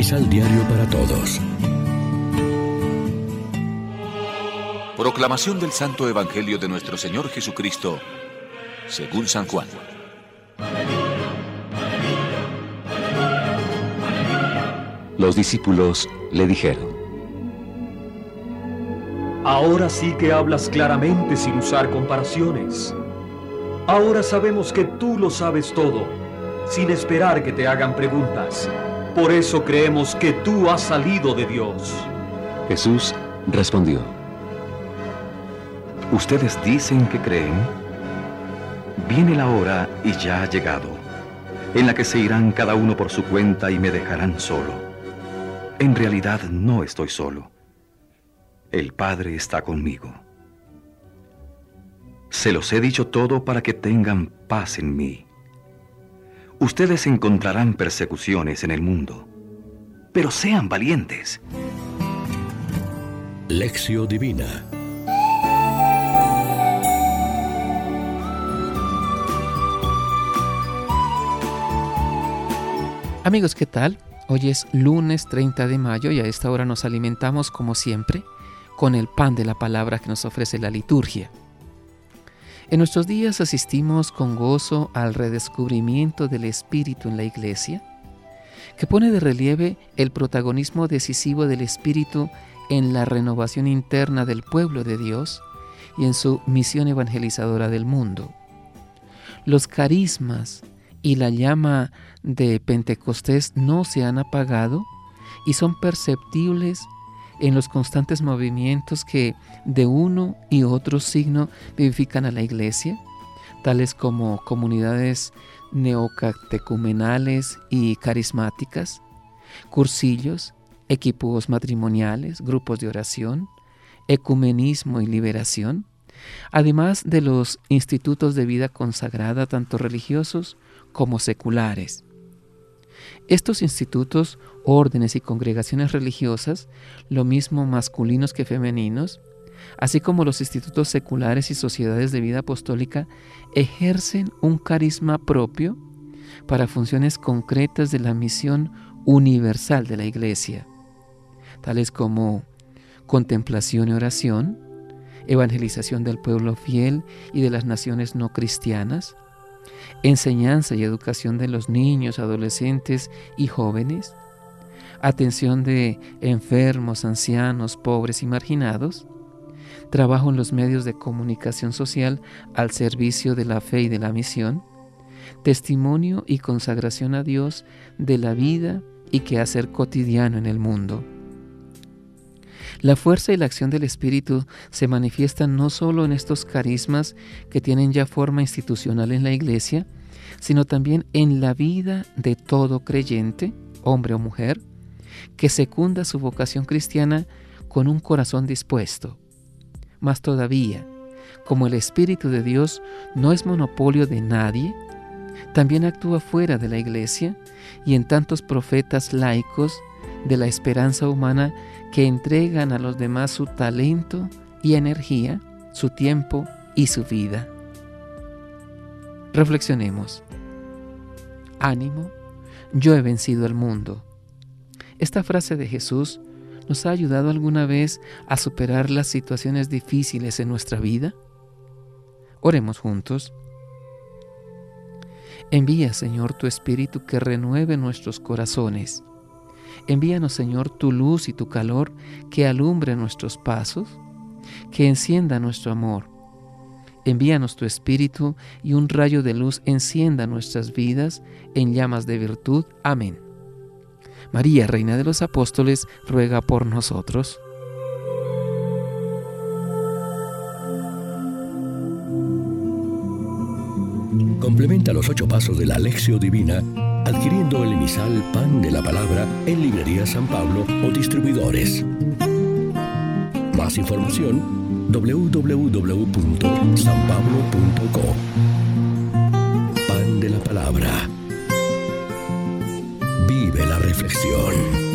Misal Diario para Todos. Proclamación del Santo Evangelio de nuestro Señor Jesucristo, según San Juan. Los discípulos le dijeron: Ahora sí que hablas claramente sin usar comparaciones. Ahora sabemos que tú lo sabes todo, sin esperar que te hagan preguntas. Por eso creemos que tú has salido de Dios. Jesús respondió: ¿Ustedes dicen que creen? Viene la hora, y ya ha llegado, en la que se irán cada uno por su cuenta y me dejarán solo. En realidad no estoy solo. El Padre está conmigo. Se los he dicho todo para que tengan paz en mí. Ustedes encontrarán persecuciones en el mundo, pero sean valientes. Lección Divina. Amigos, ¿qué tal? Hoy es lunes 30 de mayo y a esta hora nos alimentamos, como siempre, con el pan de la palabra que nos ofrece la liturgia. En nuestros días asistimos con gozo al redescubrimiento del Espíritu en la Iglesia, que pone de relieve el protagonismo decisivo del Espíritu en la renovación interna del pueblo de Dios y en su misión evangelizadora del mundo. Los carismas y la llama de Pentecostés no se han apagado y son perceptibles en los constantes movimientos que de uno y otro signo vivifican a la Iglesia, tales como comunidades neocatecumenales y carismáticas, cursillos, equipos matrimoniales, grupos de oración, ecumenismo y liberación, además de los institutos de vida consagrada, tanto religiosos como seculares. Estos institutos, órdenes y congregaciones religiosas, lo mismo masculinos que femeninos, así como los institutos seculares y sociedades de vida apostólica, ejercen un carisma propio para funciones concretas de la misión universal de la Iglesia, tales como contemplación y oración, evangelización del pueblo fiel y de las naciones no cristianas, enseñanza y educación de los niños, adolescentes y jóvenes, atención de enfermos, ancianos, pobres y marginados, trabajo en los medios de comunicación social al servicio de la fe y de la misión, testimonio y consagración a Dios de la vida y quehacer cotidiano en el mundo. La fuerza y la acción del Espíritu se manifiestan no solo en estos carismas que tienen ya forma institucional en la Iglesia, sino también en la vida de todo creyente, hombre o mujer, que secunda su vocación cristiana con un corazón dispuesto. Más todavía, como el Espíritu de Dios no es monopolio de nadie, también actúa fuera de la Iglesia y en tantos profetas laicos de la esperanza humana que entregan a los demás su talento y energía, su tiempo y su vida. Reflexionemos. Ánimo, yo he vencido al mundo. Esta frase de Jesús ¿nos ha ayudado alguna vez a superar las situaciones difíciles en nuestra vida? Oremos juntos. Envía, Señor, tu Espíritu que renueve nuestros corazones. Envíanos, Señor, tu luz y tu calor que alumbre nuestros pasos, que encienda nuestro amor. Envíanos tu Espíritu y un rayo de luz encienda nuestras vidas en llamas de virtud. Amén. María, Reina de los Apóstoles, ruega por nosotros. Complementa los 8 pasos de la Lección Divina adquiriendo el emisal Pan de la Palabra en Librería San Pablo o distribuidores. Más información www.sanpablo.co. Pan de la Palabra. Vive la reflexión.